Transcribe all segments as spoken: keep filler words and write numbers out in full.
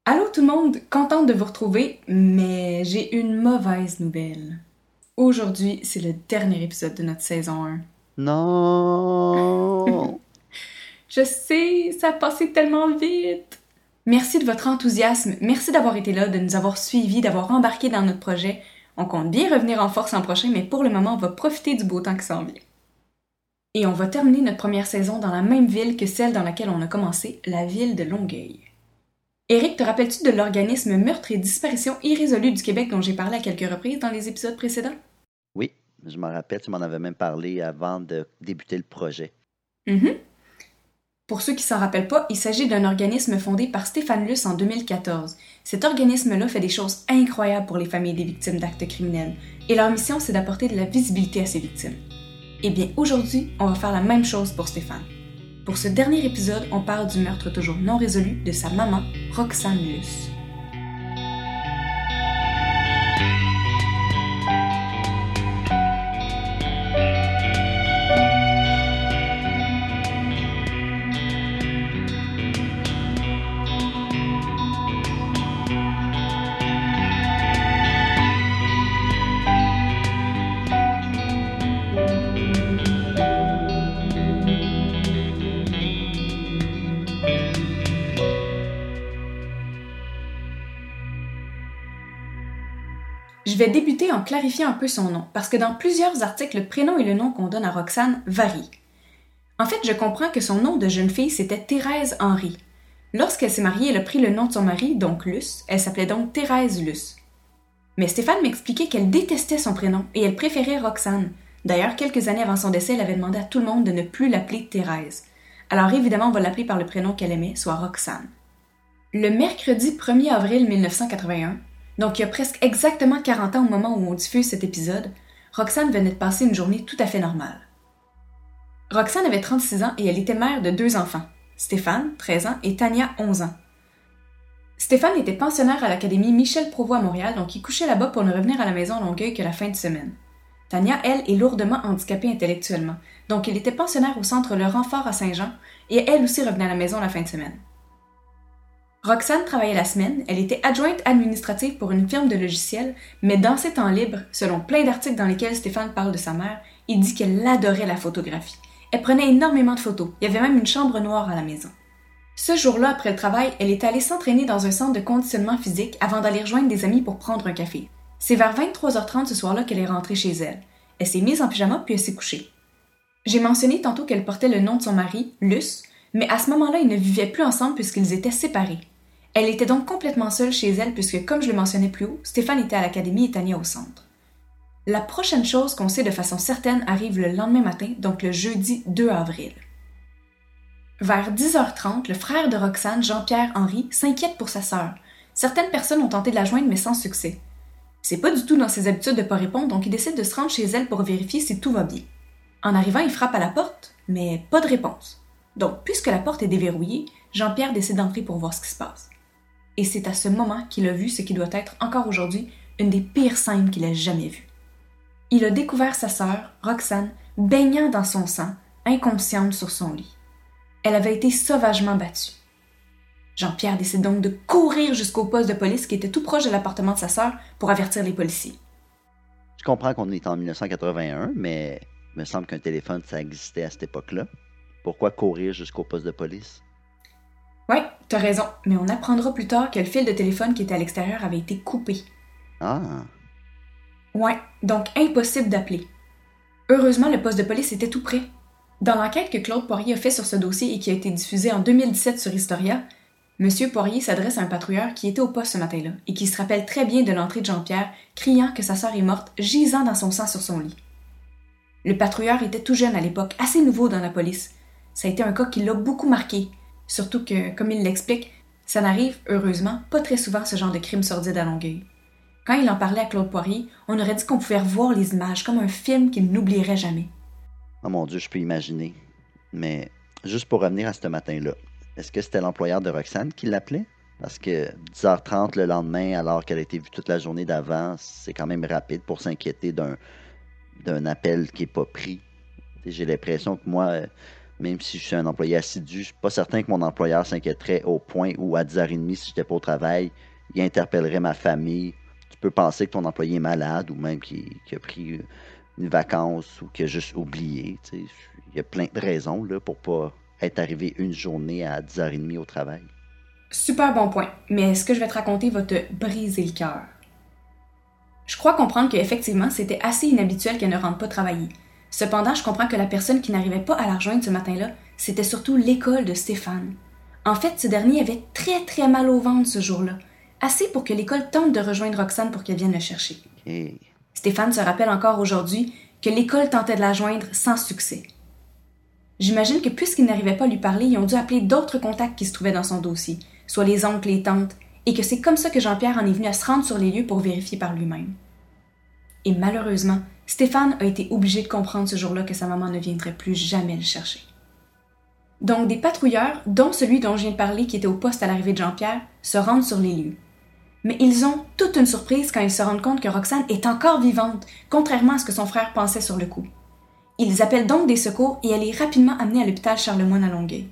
Allô tout le monde, contente de vous retrouver, mais j'ai une mauvaise nouvelle. Aujourd'hui, c'est le dernier épisode de notre saison un. Non! Je sais, ça a passé tellement vite! Merci de votre enthousiasme, merci d'avoir été là, de nous avoir suivis, d'avoir embarqué dans notre projet. On compte bien revenir en force l'an prochain, mais pour le moment, on va profiter du beau temps qui s'en vient. Et on va terminer notre première saison dans la même ville que celle dans laquelle on a commencé, la ville de Longueuil. Éric, te rappelles-tu de l'organisme Meurtre et disparition irrésolue du Québec dont j'ai parlé à quelques reprises dans les épisodes précédents? Oui, je m'en rappelle, tu m'en avais même parlé avant de débuter le projet. Mhm. Pour ceux qui s'en rappellent pas, il s'agit d'un organisme fondé par Stéphane Luce en deux mille quatorze. Cet organisme-là fait des choses incroyables pour les familles des victimes d'actes criminels, et leur mission, c'est d'apporter de la visibilité à ces victimes. Eh bien, aujourd'hui, on va faire la même chose pour Stéphane. Pour ce dernier épisode, on parle du meurtre toujours non résolu de sa maman, Roxane Luce. Je vais débuter en clarifiant un peu son nom, parce que dans plusieurs articles, le prénom et le nom qu'on donne à Roxane varient. En fait, je comprends que son nom de jeune fille, c'était Thérèse Henry. Lorsqu'elle s'est mariée, elle a pris le nom de son mari, donc Luce. Elle s'appelait donc Thérèse Luce. Mais Stéphane m'expliquait qu'elle détestait son prénom et elle préférait Roxane. D'ailleurs, quelques années avant son décès, elle avait demandé à tout le monde de ne plus l'appeler Thérèse. Alors évidemment, on va l'appeler par le prénom qu'elle aimait, soit Roxane. Le mercredi premier avril mille neuf cent quatre-vingt-un, donc il y a presque exactement quarante ans au moment où on diffuse cet épisode, Roxane venait de passer une journée tout à fait normale. Roxane avait trente-six ans et elle était mère de deux enfants, Stéphane, treize ans, et Tania, onze ans. Stéphane était pensionnaire à l'Académie Michel Provost à Montréal, donc il couchait là-bas pour ne revenir à la maison à Longueuil que la fin de semaine. Tania, elle, est lourdement handicapée intellectuellement, donc il était pensionnaire au centre Le Renfort à Saint-Jean, et elle aussi revenait à la maison la fin de semaine. Roxane travaillait la semaine, elle était adjointe administrative pour une firme de logiciels, mais dans ses temps libres, selon plein d'articles dans lesquels Stéphane parle de sa mère, il dit qu'elle adorait la photographie. Elle prenait énormément de photos, il y avait même une chambre noire à la maison. Ce jour-là, après le travail, elle était allée s'entraîner dans un centre de conditionnement physique avant d'aller rejoindre des amis pour prendre un café. C'est vers vingt-trois heures trente ce soir-là qu'elle est rentrée chez elle. Elle s'est mise en pyjama puis elle s'est couchée. J'ai mentionné tantôt qu'elle portait le nom de son mari, Luce, mais à ce moment-là, ils ne vivaient plus ensemble puisqu'ils étaient séparés. Elle était donc complètement seule chez elle puisque, comme je le mentionnais plus haut, Stéphane était à l'académie et Tania au centre. La prochaine chose qu'on sait de façon certaine arrive le lendemain matin, donc le jeudi deux avril. Vers dix heures trente, le frère de Roxane, Jean-Pierre Henry, s'inquiète pour sa sœur. Certaines personnes ont tenté de la joindre, mais sans succès. C'est pas du tout dans ses habitudes de pas répondre, donc il décide de se rendre chez elle pour vérifier si tout va bien. En arrivant, il frappe à la porte, mais pas de réponse. Donc, puisque la porte est déverrouillée, Jean-Pierre décide d'entrer pour voir ce qui se passe. Et c'est à ce moment qu'il a vu ce qui doit être, encore aujourd'hui, une des pires scènes qu'il ait jamais vues. Il a découvert sa sœur, Roxane, baignant dans son sang, inconsciente sur son lit. Elle avait été sauvagement battue. Jean-Pierre décide donc de courir jusqu'au poste de police qui était tout proche de l'appartement de sa sœur pour avertir les policiers. Je comprends qu'on est en dix-neuf cent quatre-vingt-un, mais il me semble qu'un téléphone, ça existait à cette époque-là. Pourquoi courir jusqu'au poste de police? Ouais, t'as raison, mais on apprendra plus tard que le fil de téléphone qui était à l'extérieur avait été coupé. Ah! Ouais, donc impossible d'appeler. Heureusement, le poste de police était tout près. Dans l'enquête que Claude Poirier a fait sur ce dossier et qui a été diffusée en deux mille dix-sept sur Historia, M. Poirier s'adresse à un patrouilleur qui était au poste ce matin-là et qui se rappelle très bien de l'entrée de Jean-Pierre, criant que sa sœur est morte, gisant dans son sang sur son lit. Le patrouilleur était tout jeune à l'époque, assez nouveau dans la police. Ça a été un cas qui l'a beaucoup marqué, surtout que, comme il l'explique, ça n'arrive, heureusement, pas très souvent ce genre de crime sordide à Longueuil. Quand il en parlait à Claude Poirier, on aurait dit qu'on pouvait revoir les images comme un film qu'il n'oublierait jamais. Oh mon Dieu, je peux imaginer. Mais juste pour revenir à ce matin-là, est-ce que c'était l'employeur de Roxane qui l'appelait? Parce que dix heures trente le lendemain, alors qu'elle a été vue toute la journée d'avant, c'est quand même rapide pour s'inquiéter d'un, d'un appel qui n'est pas pris. J'ai l'impression que moi, Même si je suis un employé assidu, je suis pas certain que mon employeur s'inquiéterait au point où, à dix heures trente, si j'étais pas au travail, il interpellerait ma famille. Tu peux penser que ton employé est malade ou même qu'il, qu'il a pris une vacance ou qu'il a juste oublié. Tu sais. Il y a plein de raisons là, pour pas être arrivé une journée à dix heures trente au travail. Super bon point, mais ce que je vais te raconter va te briser le cœur. Je crois comprendre qu'effectivement, c'était assez inhabituel qu'elle ne rentre pas travailler. Cependant, je comprends que la personne qui n'arrivait pas à la rejoindre ce matin-là, c'était surtout l'école de Stéphane. En fait, ce dernier avait très très mal au ventre ce jour-là, assez pour que l'école tente de rejoindre Roxane pour qu'elle vienne le chercher. Okay. Stéphane se rappelle encore aujourd'hui que l'école tentait de la joindre sans succès. J'imagine que puisqu'il n'arrivait pas à lui parler, ils ont dû appeler d'autres contacts qui se trouvaient dans son dossier, soit les oncles, les tantes, et que c'est comme ça que Jean-Pierre en est venu à se rendre sur les lieux pour vérifier par lui-même. Et malheureusement, Stéphane a été obligé de comprendre ce jour-là que sa maman ne viendrait plus jamais le chercher. Donc des patrouilleurs, dont celui dont je viens de parler qui était au poste à l'arrivée de Jean-Pierre, se rendent sur les lieux. Mais ils ont toute une surprise quand ils se rendent compte que Roxane est encore vivante, contrairement à ce que son frère pensait sur le coup. Ils appellent donc des secours et elle est rapidement amenée à l'hôpital Charlemagne à Longueuil.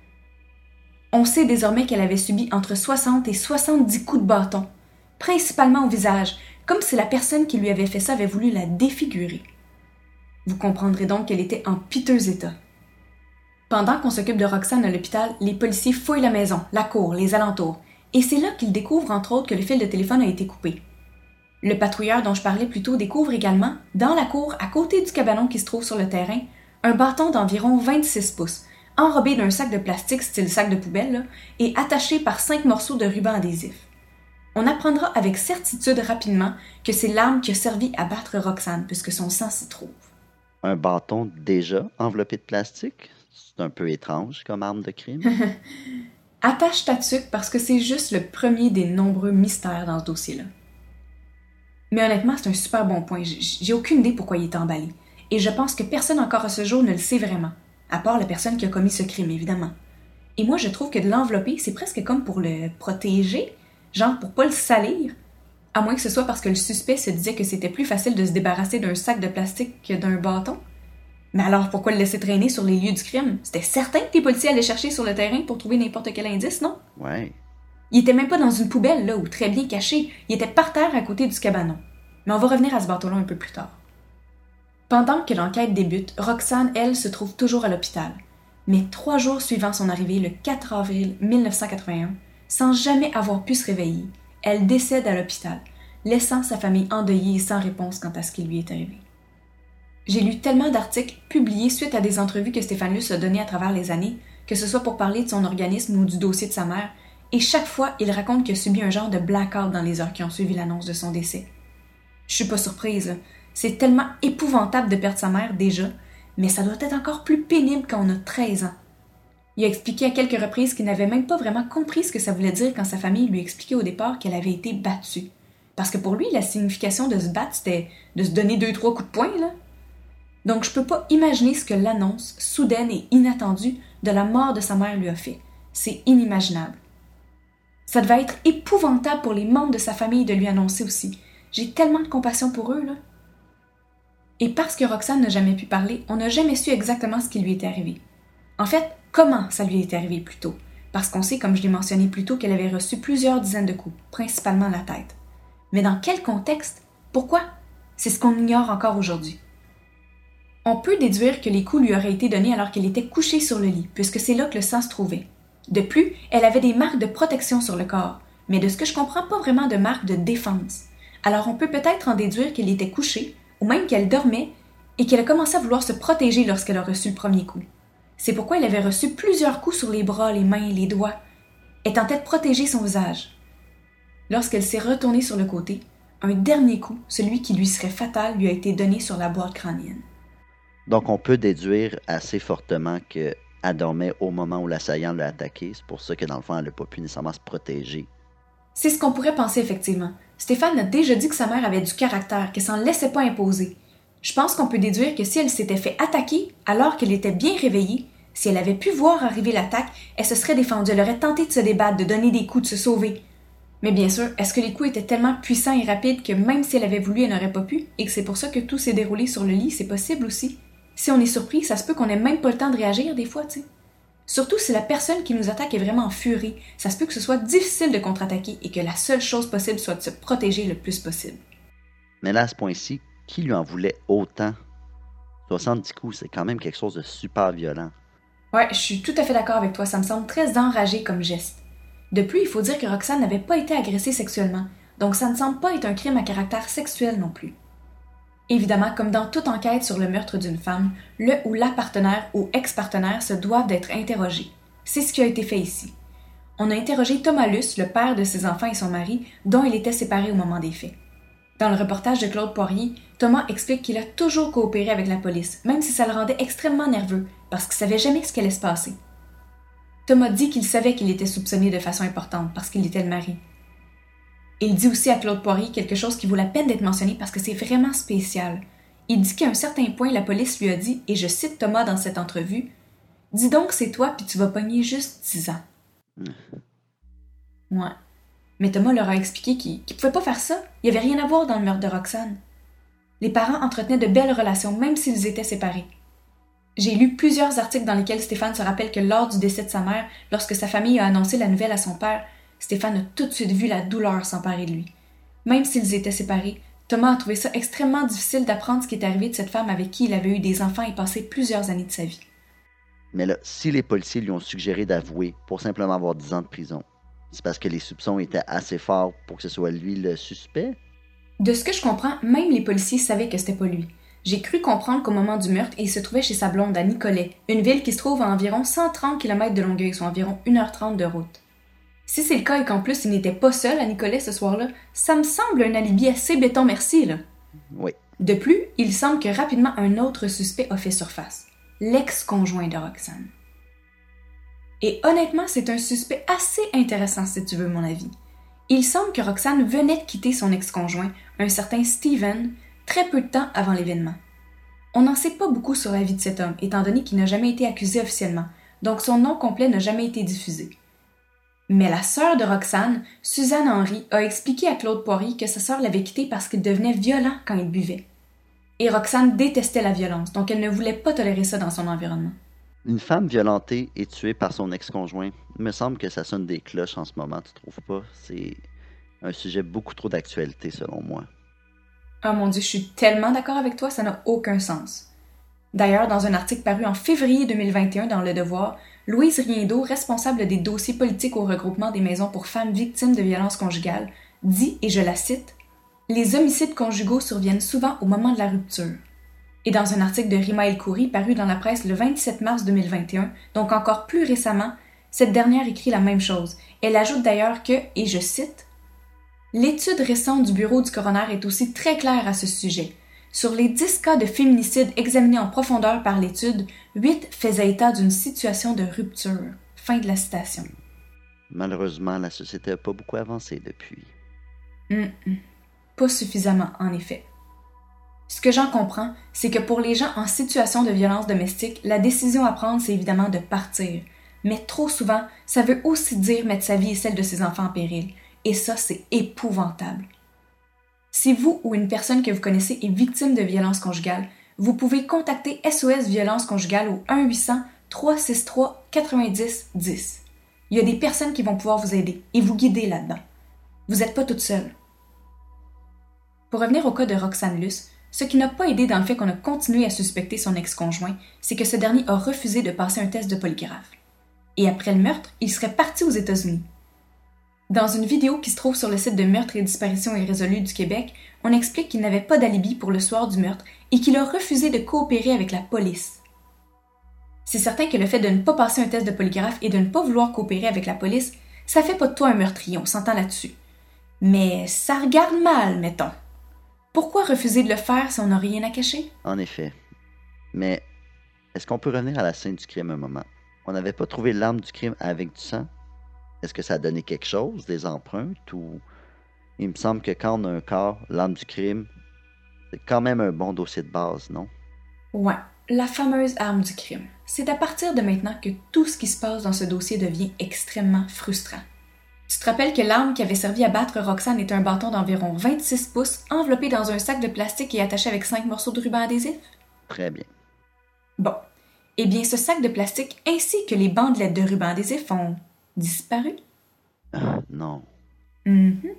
On sait désormais qu'elle avait subi entre soixante et soixante-dix coups de bâton, principalement au visage, comme si la personne qui lui avait fait ça avait voulu la défigurer. Vous comprendrez donc qu'elle était en piteux état. Pendant qu'on s'occupe de Roxane à l'hôpital, les policiers fouillent la maison, la cour, les alentours, et c'est là qu'ils découvrent entre autres que le fil de téléphone a été coupé. Le patrouilleur dont je parlais plus tôt découvre également, dans la cour, à côté du cabanon qui se trouve sur le terrain, un bâton d'environ vingt-six pouces, enrobé d'un sac de plastique style sac de poubelle, là, et attaché par cinq morceaux de ruban adhésif. On apprendra avec certitude rapidement que c'est l'arme qui a servi à battre Roxane, puisque son sang s'y trouve. Un bâton déjà enveloppé de plastique? C'est un peu étrange comme arme de crime. Attache ta tuque parce que c'est juste le premier des nombreux mystères dans ce dossier-là. Mais honnêtement, c'est un super bon point. J'ai aucune idée pourquoi il est emballé. Et je pense que personne encore à ce jour ne le sait vraiment, à part la personne qui a commis ce crime, évidemment. Et moi, je trouve que de l'envelopper, c'est presque comme pour le protéger, genre pour pas le salir, à moins que ce soit parce que le suspect se disait que c'était plus facile de se débarrasser d'un sac de plastique que d'un bâton. Mais alors, pourquoi le laisser traîner sur les lieux du crime? C'était certain que les policiers allaient chercher sur le terrain pour trouver n'importe quel indice, non? Ouais. Il était même pas dans une poubelle, là, ou très bien caché. Il était par terre à côté du cabanon. Mais on va revenir à ce bâton-là un peu plus tard. Pendant que l'enquête débute, Roxane, elle, se trouve toujours à l'hôpital. Mais trois jours suivant son arrivée, le quatre avril mille neuf cent quatre-vingt-un, sans jamais avoir pu se réveiller, elle décède à l'hôpital, laissant sa famille endeuillée et sans réponse quant à ce qui lui est arrivé. J'ai lu tellement d'articles publiés suite à des entrevues que Stéphane Luce a données à travers les années, que ce soit pour parler de son organisme ou du dossier de sa mère, et chaque fois, il raconte qu'il a subi un genre de blackout dans les heures qui ont suivi l'annonce de son décès. Je suis pas surprise, là. C'est tellement épouvantable de perdre sa mère déjà, mais ça doit être encore plus pénible quand on a treize ans. Il a expliqué à quelques reprises qu'il n'avait même pas vraiment compris ce que ça voulait dire quand sa famille lui expliquait au départ qu'elle avait été battue. Parce que pour lui, la signification de se battre, c'était de se donner deux, trois coups de poing, là. Donc je peux pas imaginer ce que l'annonce, soudaine et inattendue, de la mort de sa mère lui a fait. C'est inimaginable. Ça devait être épouvantable pour les membres de sa famille de lui annoncer aussi. J'ai tellement de compassion pour eux, là. Et parce que Roxane n'a jamais pu parler, on n'a jamais su exactement ce qui lui était arrivé. En fait, comment ça lui était arrivé plutôt, parce qu'on sait, comme je l'ai mentionné plus tôt, qu'elle avait reçu plusieurs dizaines de coups, principalement la tête. Mais dans quel contexte? Pourquoi? C'est ce qu'on ignore encore aujourd'hui. On peut déduire que les coups lui auraient été donnés alors qu'elle était couchée sur le lit, puisque c'est là que le sang se trouvait. De plus, elle avait des marques de protection sur le corps, mais de ce que je comprends, pas vraiment de marques de défense. Alors on peut peut-être en déduire qu'elle était couchée, ou même qu'elle dormait, et qu'elle a commencé à vouloir se protéger lorsqu'elle a reçu le premier coup. C'est pourquoi elle avait reçu plusieurs coups sur les bras, les mains, les doigts. Elle tentait de protéger son visage. Lorsqu'elle s'est retournée sur le côté, un dernier coup, celui qui lui serait fatal, lui a été donné sur la boîte crânienne. Donc on peut déduire assez fortement qu'elle dormait au moment où l'assaillant l'a attaqué. C'est pour ça que dans le fond, elle n'a pas pu nécessairement se protéger. C'est ce qu'on pourrait penser effectivement. Stéphane a déjà dit que sa mère avait du caractère, qu'elle s'en laissait pas imposer. Je pense qu'on peut déduire que si elle s'était fait attaquer alors qu'elle était bien réveillée, si elle avait pu voir arriver l'attaque, elle se serait défendue, elle aurait tenté de se débattre, de donner des coups, de se sauver. Mais bien sûr, est-ce que les coups étaient tellement puissants et rapides que même si elle avait voulu, elle n'aurait pas pu, et que c'est pour ça que tout s'est déroulé sur le lit, c'est possible aussi? Si on est surpris, ça se peut qu'on ait même pas le temps de réagir des fois, tu sais. Surtout si la personne qui nous attaque est vraiment en furie, ça se peut que ce soit difficile de contre-attaquer et que la seule chose possible soit de se protéger le plus possible. Mais là, à ce point-ci, qui lui en voulait autant? soixante-dix coups, c'est quand même quelque chose de super violent. Ouais, je suis tout à fait d'accord avec toi, ça me semble très enragé comme geste. De plus, il faut dire que Roxane n'avait pas été agressée sexuellement, donc ça ne semble pas être un crime à caractère sexuel non plus. Évidemment, comme dans toute enquête sur le meurtre d'une femme, le ou la partenaire ou ex-partenaire se doivent d'être interrogés. C'est ce qui a été fait ici. On a interrogé Thomas Luce, le père de ses enfants et son mari, dont il était séparé au moment des faits. Dans le reportage de Claude Poirier, Thomas explique qu'il a toujours coopéré avec la police, même si ça le rendait extrêmement nerveux, parce qu'il savait jamais ce qui allait se passer. Thomas dit qu'il savait qu'il était soupçonné de façon importante, parce qu'il était le mari. Il dit aussi à Claude Poirier quelque chose qui vaut la peine d'être mentionné parce que c'est vraiment spécial. Il dit qu'à un certain point, la police lui a dit, et je cite Thomas dans cette entrevue, « Dis donc c'est toi puis tu vas pogner juste dix ans. Mmh. Ouais. Mais Thomas leur a expliqué qu'il ne pouvait pas faire ça. Il n'y avait rien à voir dans le meurtre de Roxane. Les parents entretenaient de belles relations, même s'ils étaient séparés. J'ai lu plusieurs articles dans lesquels Stéphane se rappelle que lors du décès de sa mère, lorsque sa famille a annoncé la nouvelle à son père, Stéphane a tout de suite vu la douleur s'emparer de lui. Même s'ils étaient séparés, Thomas a trouvé ça extrêmement difficile d'apprendre ce qui est arrivé de cette femme avec qui il avait eu des enfants et passé plusieurs années de sa vie. Mais là, si les policiers lui ont suggéré d'avouer pour simplement avoir dix ans de prison, c'est parce que les soupçons étaient assez forts pour que ce soit lui le suspect? De ce que je comprends, même les policiers savaient que c'était pas lui. J'ai cru comprendre qu'au moment du meurtre, il se trouvait chez sa blonde à Nicolet, une ville qui se trouve à environ cent trente kilomètres de Longueuil, soit environ une heure trente de route. Si c'est le cas et qu'en plus il n'était pas seul à Nicolet ce soir-là, ça me semble un alibi assez béton merci, là. Oui. De plus, il semble que rapidement un autre suspect a fait surface. L'ex-conjoint de Roxane. Et honnêtement, c'est un suspect assez intéressant si tu veux mon avis. Il semble que Roxane venait de quitter son ex-conjoint, un certain Steven, très peu de temps avant l'événement. On n'en sait pas beaucoup sur la vie de cet homme, étant donné qu'il n'a jamais été accusé officiellement, donc son nom complet n'a jamais été diffusé. Mais la sœur de Roxane, Suzanne Henry, a expliqué à Claude Poirier que sa sœur l'avait quitté parce qu'il devenait violent quand il buvait. Et Roxane détestait la violence, donc elle ne voulait pas tolérer ça dans son environnement. Une femme violentée et tuée par son ex-conjoint, il me semble que ça sonne des cloches en ce moment, tu trouves pas? C'est un sujet beaucoup trop d'actualité selon moi. Ah mon Dieu, je suis tellement d'accord avec toi, ça n'a aucun sens. D'ailleurs, dans un article paru en février deux mille vingt et un dans Le Devoir, Louise Riendeau, responsable des dossiers politiques au regroupement des maisons pour femmes victimes de violences conjugales, dit, et je la cite, « Les homicides conjugaux surviennent souvent au moment de la rupture. » Et dans un article de Rima El Khoury paru dans la presse le vingt-sept mars deux mille vingt et un, donc encore plus récemment, cette dernière écrit la même chose. Elle ajoute d'ailleurs que, et je cite, « L'étude récente du bureau du coroner est aussi très claire à ce sujet. Sur les dix cas de féminicide examinés en profondeur par l'étude, huit faisaient état d'une situation de rupture. » Fin de la citation. Malheureusement, la société n'a pas beaucoup avancé depuis. Mm-mm. Pas suffisamment, en effet. Ce que j'en comprends, c'est que pour les gens en situation de violence domestique, la décision à prendre, c'est évidemment de partir. Mais trop souvent, ça veut aussi dire mettre sa vie et celle de ses enfants en péril. Et ça, c'est épouvantable. Si vous ou une personne que vous connaissez est victime de violence conjugale, vous pouvez contacter S O S Violence Conjugale au un huit cents trois six trois quatre-vingt-dix dix. Il y a des personnes qui vont pouvoir vous aider et vous guider là-dedans. Vous n'êtes pas toute seule. Pour revenir au cas de Roxane Luce, ce qui n'a pas aidé dans le fait qu'on a continué à suspecter son ex-conjoint, c'est que ce dernier a refusé de passer un test de polygraphe. Et après le meurtre, il serait parti aux États-Unis. Dans une vidéo qui se trouve sur le site de Meurtres et disparitions irrésolues du Québec, on explique qu'il n'avait pas d'alibi pour le soir du meurtre et qu'il a refusé de coopérer avec la police. C'est certain que le fait de ne pas passer un test de polygraphe et de ne pas vouloir coopérer avec la police, ça fait pas de toi un meurtrier, on s'entend là-dessus. Mais ça regarde mal, mettons. Pourquoi refuser de le faire si on n'a rien à cacher? En effet. Mais est-ce qu'on peut revenir à la scène du crime un moment? On n'avait pas trouvé l'arme du crime avec du sang? Est-ce que ça a donné quelque chose, des empreintes, ou... Il me semble que quand on a un corps, l'arme du crime, c'est quand même un bon dossier de base, non? Ouais, la fameuse arme du crime. C'est à partir de maintenant que tout ce qui se passe dans ce dossier devient extrêmement frustrant. Tu te rappelles que l'arme qui avait servi à battre Roxane est un bâton d'environ vingt-six pouces, enveloppé dans un sac de plastique et attaché avec cinq morceaux de ruban adhésif? Très bien. Bon. Eh bien, ce sac de plastique ainsi que les bandelettes de ruban adhésif ont disparu. Ah, non. Mm-hmm.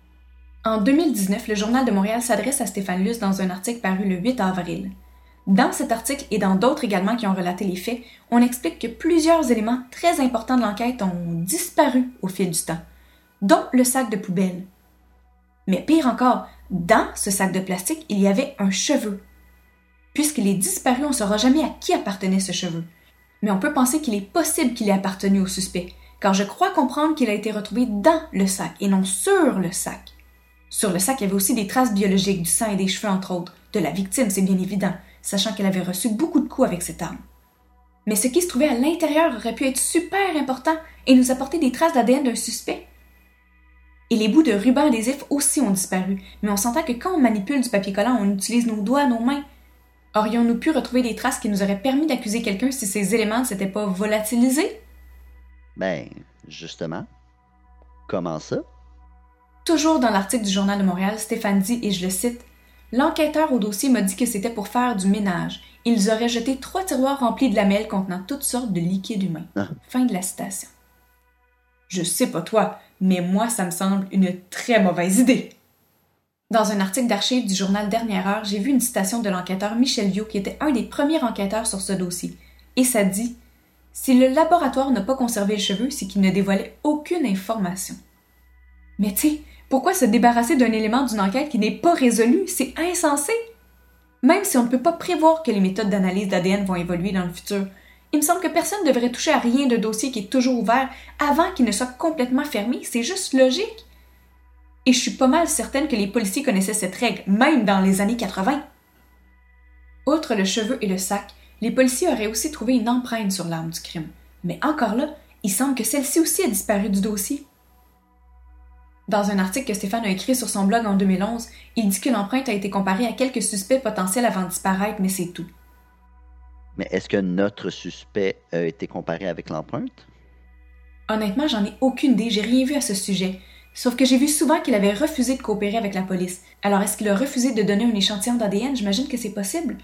En deux mille dix-neuf, le Journal de Montréal s'adresse à Stéphane Luce dans un article paru le huit avril. Dans cet article et dans d'autres également qui ont relaté les faits, on explique que plusieurs éléments très importants de l'enquête ont disparu au fil du temps, dont le sac de poubelle. Mais pire encore, dans ce sac de plastique, il y avait un cheveu. Puisqu'il est disparu, on ne saura jamais à qui appartenait ce cheveu. Mais on peut penser qu'il est possible qu'il ait appartenu au suspect, car je crois comprendre qu'il a été retrouvé dans le sac et non sur le sac. Sur le sac, il y avait aussi des traces biologiques, du sang et des cheveux entre autres, de la victime, c'est bien évident, sachant qu'elle avait reçu beaucoup de coups avec cette arme. Mais ce qui se trouvait à l'intérieur aurait pu être super important et nous apporter des traces d'A D N d'un suspect. Et les bouts de ruban adhésif aussi ont disparu, mais on s'entend que quand on manipule du papier collant, on utilise nos doigts, nos mains. Aurions-nous pu retrouver des traces qui nous auraient permis d'accuser quelqu'un si ces éléments ne s'étaient pas volatilisés? Ben, justement. Comment ça? Toujours dans l'article du Journal de Montréal, Stéphane dit, et je le cite, « L'enquêteur au dossier m'a dit que c'était pour faire du ménage. Ils auraient jeté trois tiroirs remplis de lamelles contenant toutes sortes de liquides humains. Ah. » Fin de la citation. Je sais pas toi, mais moi, ça me semble une très mauvaise idée. Dans un article d'archives du journal Dernière Heure, j'ai vu une citation de l'enquêteur Michel Viau, qui était un des premiers enquêteurs sur ce dossier. Et ça dit « Si le laboratoire n'a pas conservé le cheveu, c'est qu'il ne dévoilait aucune information. » Mais tu sais, pourquoi se débarrasser d'un élément d'une enquête qui n'est pas résolue? C'est insensé! Même si on ne peut pas prévoir que les méthodes d'analyse d'A D N vont évoluer dans le futur, il me semble que personne ne devrait toucher à rien de dossier qui est toujours ouvert avant qu'il ne soit complètement fermé. C'est juste logique. Et je suis pas mal certaine que les policiers connaissaient cette règle, même dans les années quatre-vingts. Outre le cheveu et le sac, les policiers auraient aussi trouvé une empreinte sur l'arme du crime. Mais encore là, il semble que celle-ci aussi a disparu du dossier. Dans un article que Stéphane a écrit sur son blog en deux mille onze, il dit que l'empreinte a été comparée à quelques suspects potentiels avant de disparaître, mais c'est tout. Mais est-ce que notre suspect a été comparé avec l'empreinte? Honnêtement, j'en ai aucune idée, j'ai rien vu à ce sujet. Sauf que j'ai vu souvent qu'il avait refusé de coopérer avec la police. Alors est-ce qu'il a refusé de donner un échantillon d'A D N? J'imagine que c'est possible.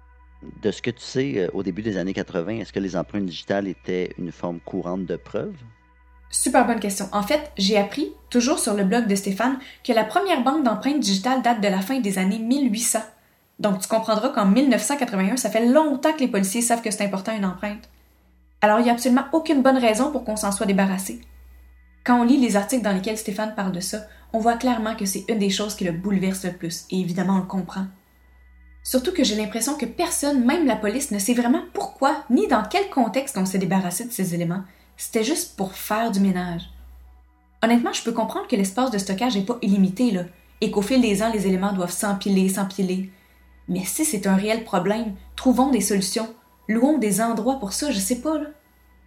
De ce que tu sais, au début des années quatre-vingts, est-ce que les empreintes digitales étaient une forme courante de preuve? Super bonne question. En fait, j'ai appris, toujours sur le blog de Stéphane, que la première banque d'empreintes digitales date de la fin des années mille huit cents. Donc tu comprendras qu'en mille neuf cent quatre-vingt-un, ça fait longtemps que les policiers savent que c'est important une empreinte. Alors il n'y a absolument aucune bonne raison pour qu'on s'en soit débarrassé. Quand on lit les articles dans lesquels Stéphane parle de ça, on voit clairement que c'est une des choses qui le bouleverse le plus, et évidemment on le comprend. Surtout que j'ai l'impression que personne, même la police, ne sait vraiment pourquoi, ni dans quel contexte on s'est débarrassé de ces éléments. C'était juste pour faire du ménage. Honnêtement, je peux comprendre que l'espace de stockage n'est pas illimité, là, et qu'au fil des ans, les éléments doivent s'empiler, s'empiler. Mais si c'est un réel problème, trouvons des solutions, louons des endroits pour ça, je sais pas, là.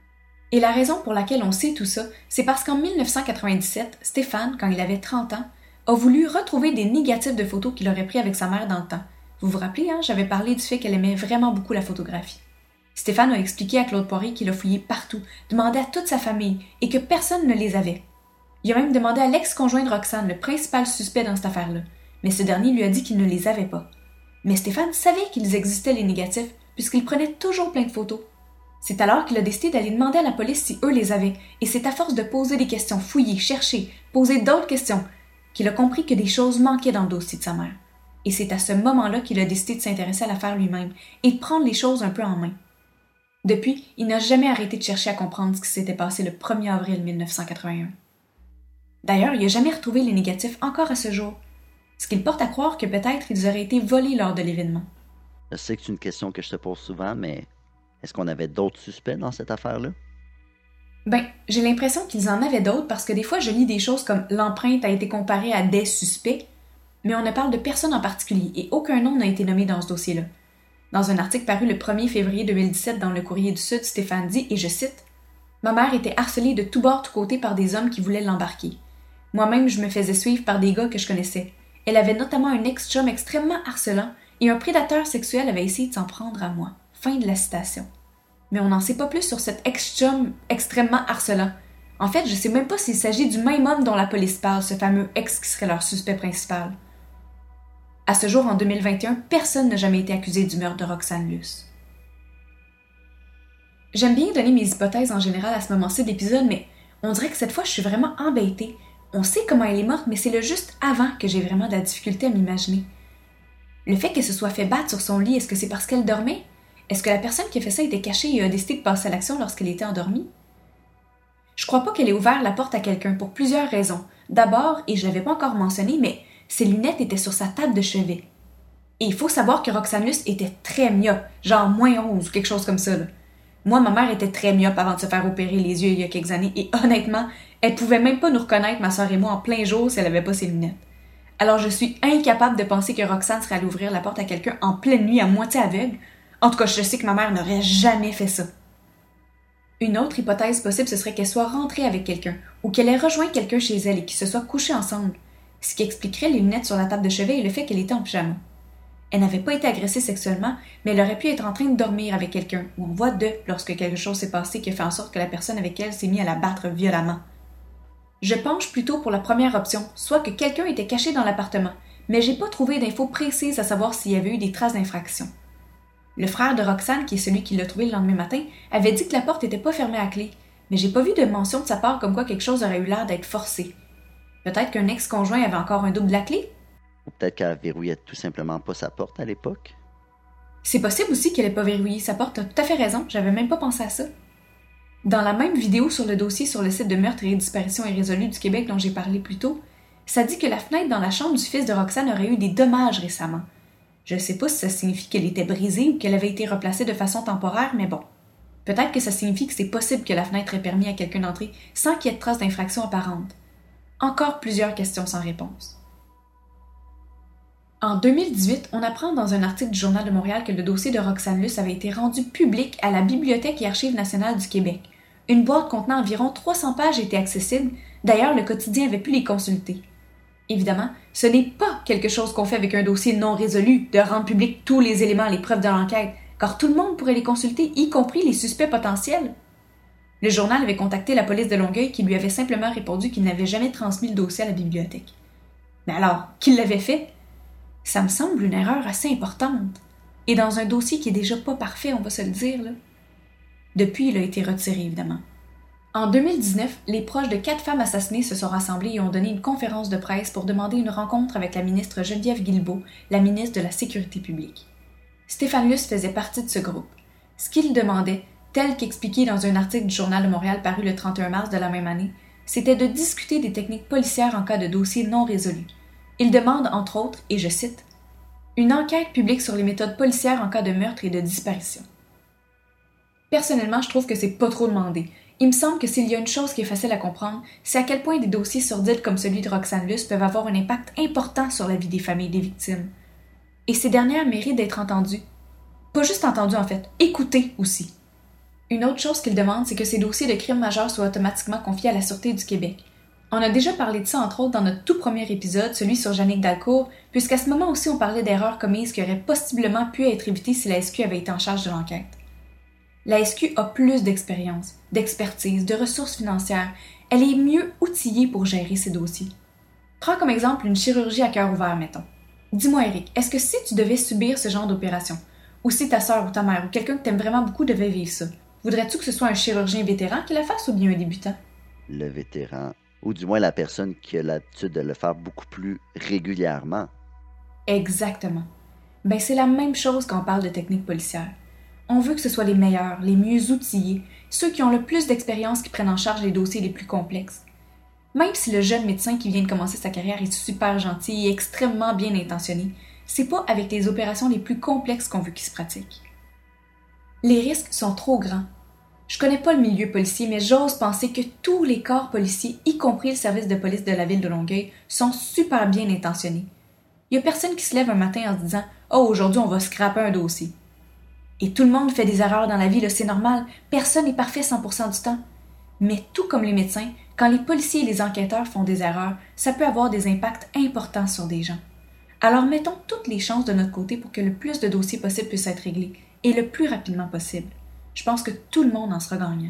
Et la raison pour laquelle on sait tout ça, c'est parce qu'en mille neuf cent quatre-vingt-dix-sept, Stéphane, quand il avait trente ans, a voulu retrouver des négatifs de photos qu'il aurait pris avec sa mère dans le temps. Vous vous rappelez, hein, j'avais parlé du fait qu'elle aimait vraiment beaucoup la photographie. Stéphane a expliqué à Claude Poirier qu'il a fouillé partout, demandé à toute sa famille, et que personne ne les avait. Il a même demandé à l'ex-conjoint de Roxane, le principal suspect dans cette affaire-là, mais ce dernier lui a dit qu'il ne les avait pas. Mais Stéphane savait qu'ils existaient les négatifs, puisqu'il prenait toujours plein de photos. C'est alors qu'il a décidé d'aller demander à la police si eux les avaient, et c'est à force de poser des questions, fouiller, chercher, poser d'autres questions, qu'il a compris que des choses manquaient dans le dossier de sa mère. Et c'est à ce moment-là qu'il a décidé de s'intéresser à l'affaire lui-même, et de prendre les choses un peu en main. Depuis, il n'a jamais arrêté de chercher à comprendre ce qui s'était passé le premier avril mille neuf cent quatre-vingt-un. D'ailleurs, il n'a jamais retrouvé les négatifs encore à ce jour, ce qui le porte à croire que peut-être ils auraient été volés lors de l'événement. Je sais que c'est une question que je te pose souvent, mais est-ce qu'on avait d'autres suspects dans cette affaire-là? Ben, j'ai l'impression qu'ils en avaient d'autres parce que des fois, je lis des choses comme l'empreinte a été comparée à des suspects, mais on ne parle de personne en particulier et aucun nom n'a été nommé dans ce dossier-là. Dans un article paru le premier février deux mille dix-sept dans le Courrier du Sud, Stéphane dit, et je cite, « Ma mère était harcelée de tous bords, tous côtés par des hommes qui voulaient l'embarquer. Moi-même, je me faisais suivre par des gars que je connaissais. Elle avait notamment un ex-chum extrêmement harcelant et un prédateur sexuel avait essayé de s'en prendre à moi. » Fin de la citation. Mais on n'en sait pas plus sur cet ex-chum extrêmement harcelant. En fait, je sais même pas s'il s'agit du même homme dont la police parle, ce fameux ex qui serait leur suspect principal. À ce jour, en deux mille vingt et un, personne n'a jamais été accusé du meurtre de Roxane Luce. J'aime bien donner mes hypothèses en général à ce moment-ci de l'épisode, mais on dirait que cette fois, je suis vraiment embêtée. On sait comment elle est morte, mais c'est le juste avant que j'ai vraiment de la difficulté à m'imaginer. Le fait qu'elle se soit fait battre sur son lit, est-ce que c'est parce qu'elle dormait? Est-ce que la personne qui a fait ça était cachée et a décidé de passer à l'action lorsqu'elle était endormie? Je crois pas qu'elle ait ouvert la porte à quelqu'un pour plusieurs raisons. D'abord, et je l'avais pas encore mentionné, mais ses lunettes étaient sur sa table de chevet. Et il faut savoir que Roxane Luce était très myope, genre moins onze ou quelque chose comme ça, là. Moi, ma mère était très myope avant de se faire opérer les yeux il y a quelques années, et honnêtement, elle pouvait même pas nous reconnaître, ma soeur et moi, en plein jour si elle avait pas ses lunettes. Alors je suis incapable de penser que Roxane serait allée ouvrir la porte à quelqu'un en pleine nuit à moitié aveugle. En tout cas, je sais que ma mère n'aurait jamais fait ça. Une autre hypothèse possible, ce serait qu'elle soit rentrée avec quelqu'un, ou qu'elle ait rejoint quelqu'un chez elle et qu'ils se soient couchés ensemble, ce qui expliquerait les lunettes sur la table de chevet et le fait qu'elle était en pyjama. Elle n'avait pas été agressée sexuellement, mais elle aurait pu être en train de dormir avec quelqu'un, ou en voie de, lorsque quelque chose s'est passé qui a fait en sorte que la personne avec elle s'est mise à la battre violemment. Je penche plutôt pour la première option, soit que quelqu'un était caché dans l'appartement, mais j'ai pas trouvé d'infos précises à savoir s'il y avait eu des traces d'infraction. Le frère de Roxane, qui est celui qui l'a trouvé le lendemain matin, avait dit que la porte n'était pas fermée à clé, mais j'ai pas vu de mention de sa part comme quoi quelque chose aurait eu l'air d'être forcé. Peut-être qu'un ex-conjoint avait encore un double de la clé? Ou peut-être qu'elle verrouillait tout simplement pas sa porte à l'époque. C'est possible aussi qu'elle ait pas verrouillé sa porte, t'as tout à fait raison, j'avais même pas pensé à ça. Dans la même vidéo sur le dossier sur le site de meurtre et disparition irrésolue du Québec dont j'ai parlé plus tôt, ça dit que la fenêtre dans la chambre du fils de Roxane aurait eu des dommages récemment. Je sais pas si ça signifie qu'elle était brisée ou qu'elle avait été replacée de façon temporaire, mais bon. Peut-être que ça signifie que c'est possible que la fenêtre ait permis à quelqu'un d'entrer sans qu'il y ait de traces d'infraction apparente. Encore plusieurs questions sans réponse. En deux mille dix-huit, on apprend dans un article du Journal de Montréal que le dossier de Roxane Luce avait été rendu public à la Bibliothèque et Archives nationales du Québec. Une boîte contenant environ trois cents pages était accessible, d'ailleurs le quotidien avait pu les consulter. Évidemment, ce n'est pas quelque chose qu'on fait avec un dossier non résolu, de rendre public tous les éléments, les preuves de l'enquête, car tout le monde pourrait les consulter, y compris les suspects potentiels. Le journal avait contacté la police de Longueuil qui lui avait simplement répondu qu'il n'avait jamais transmis le dossier à la bibliothèque. Mais alors, qu'il l'avait fait? Ça me semble une erreur assez importante. Et dans un dossier qui est déjà pas parfait, on va se le dire, là. Depuis, il a été retiré, évidemment. En deux mille dix-neuf, les proches de quatre femmes assassinées se sont rassemblés et ont donné une conférence de presse pour demander une rencontre avec la ministre Geneviève Guilbeault, la ministre de la Sécurité publique. Stéphane Luce faisait partie de ce groupe. Ce qu'il demandait, tel qu'expliqué dans un article du Journal de Montréal paru le trente et un mars de la même année, c'était de discuter des techniques policières en cas de dossier non résolu. Il demande, entre autres, et je cite, « une enquête publique sur les méthodes policières en cas de meurtre et de disparition ». Personnellement, je trouve que c'est pas trop demandé. Il me semble que s'il y a une chose qui est facile à comprendre, c'est à quel point des dossiers sordides comme celui de Roxane Luce peuvent avoir un impact important sur la vie des familles des victimes. Et ces dernières méritent d'être entendues. Pas juste entendues en fait, écoutées aussi. Une autre chose qu'il demande, c'est que ces dossiers de crimes majeurs soient automatiquement confiés à la Sûreté du Québec. On a déjà parlé de ça entre autres dans notre tout premier épisode, celui sur Jannick Dalcourt, puisqu'à ce moment aussi on parlait d'erreurs commises qui auraient possiblement pu être évitées si la S Q avait été en charge de l'enquête. La S Q a plus d'expérience, d'expertise, de ressources financières. Elle est mieux outillée pour gérer ces dossiers. Prends comme exemple une chirurgie à cœur ouvert, mettons. Dis-moi, Eric, est-ce que si tu devais subir ce genre d'opération, ou si ta sœur ou ta mère ou quelqu'un que t'aimes vraiment beaucoup devait vivre ça, voudrais-tu que ce soit un chirurgien vétéran qui la fasse ou bien un débutant? Le vétéran, ou du moins la personne qui a l'habitude de le faire beaucoup plus régulièrement. Exactement. Ben c'est la même chose quand on parle de techniques policières. On veut que ce soit les meilleurs, les mieux outillés, ceux qui ont le plus d'expérience qui prennent en charge les dossiers les plus complexes. Même si le jeune médecin qui vient de commencer sa carrière est super gentil et extrêmement bien intentionné, c'est pas avec les opérations les plus complexes qu'on veut qu'il se pratique. Les risques sont trop grands. Je connais pas le milieu policier, mais j'ose penser que tous les corps policiers, y compris le service de police de la ville de Longueuil, sont super bien intentionnés. Il y a personne qui se lève un matin en se disant « Oh, aujourd'hui, on va scraper un dossier ». Et tout le monde fait des erreurs dans la vie, là, c'est normal. Personne n'est parfait cent pour cent du temps. Mais tout comme les médecins, quand les policiers et les enquêteurs font des erreurs, ça peut avoir des impacts importants sur des gens. Alors mettons toutes les chances de notre côté pour que le plus de dossiers possible puissent être réglés, et le plus rapidement possible. Je pense que tout le monde en sera gagnant.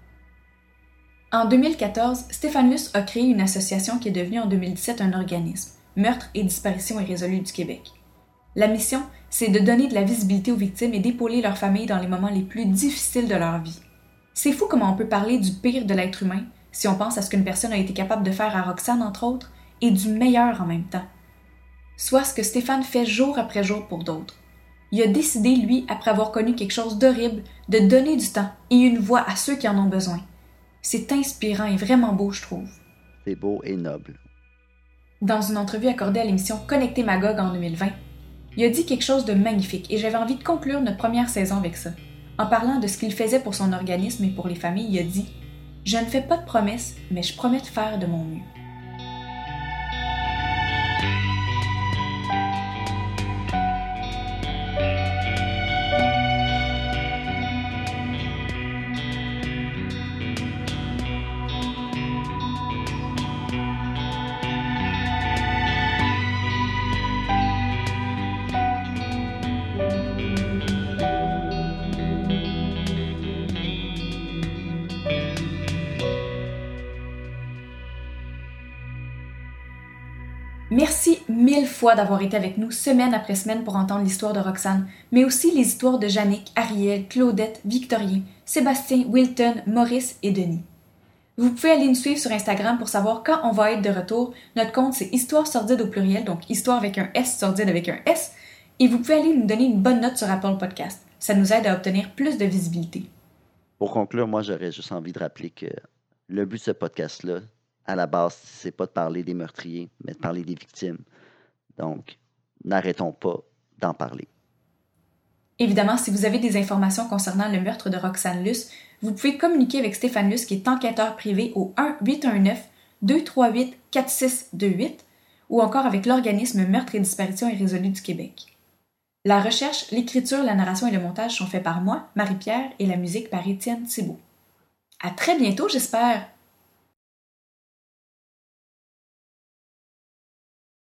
En deux mille quatorze, Stéphane Luce a créé une association qui est devenue en deux mille dix-sept un organisme, Meurtre et disparition irrésolue du Québec. La mission, c'est de donner de la visibilité aux victimes et d'épauler leurs familles dans les moments les plus difficiles de leur vie. C'est fou comment on peut parler du pire de l'être humain, si on pense à ce qu'une personne a été capable de faire à Roxane, entre autres, et du meilleur en même temps. Soit ce que Stéphane fait jour après jour pour d'autres. Il a décidé, lui, après avoir connu quelque chose d'horrible, de donner du temps et une voix à ceux qui en ont besoin. C'est inspirant et vraiment beau, je trouve. C'est beau et noble. Dans une entrevue accordée à l'émission Connecter Magog en deux mille vingt, il a dit quelque chose de magnifique et j'avais envie de conclure notre première saison avec ça. En parlant de ce qu'il faisait pour son organisme et pour les familles, il a dit « Je ne fais pas de promesses, mais je promets de faire de mon mieux. » Merci mille fois d'avoir été avec nous semaine après semaine pour entendre l'histoire de Roxane, mais aussi les histoires de Jannick, Ariel, Claudette, Victorien, Sébastien, Wilton, Maurice et Denis. Vous pouvez aller nous suivre sur Instagram pour savoir quand on va être de retour. Notre compte, c'est Histoire sordide au pluriel, donc Histoire avec un S, sordide avec un S, et vous pouvez aller nous donner une bonne note sur Apple Podcast. Ça nous aide à obtenir plus de visibilité. Pour conclure, moi, j'aurais juste envie de rappeler que le but de ce podcast-là, à la base, c'est pas de parler des meurtriers, mais de parler des victimes. Donc, n'arrêtons pas d'en parler. Évidemment, si vous avez des informations concernant le meurtre de Roxane Luce, vous pouvez communiquer avec Stéphane Luce, qui est enquêteur privé au un huit un neuf deux trois huit quatre six deux huit ou encore avec l'organisme Meurtres et disparitions irrésolues du Québec. La recherche, l'écriture, la narration et le montage sont faits par moi, Marie-Pierre, et la musique par Étienne Thibault. À très bientôt, j'espère!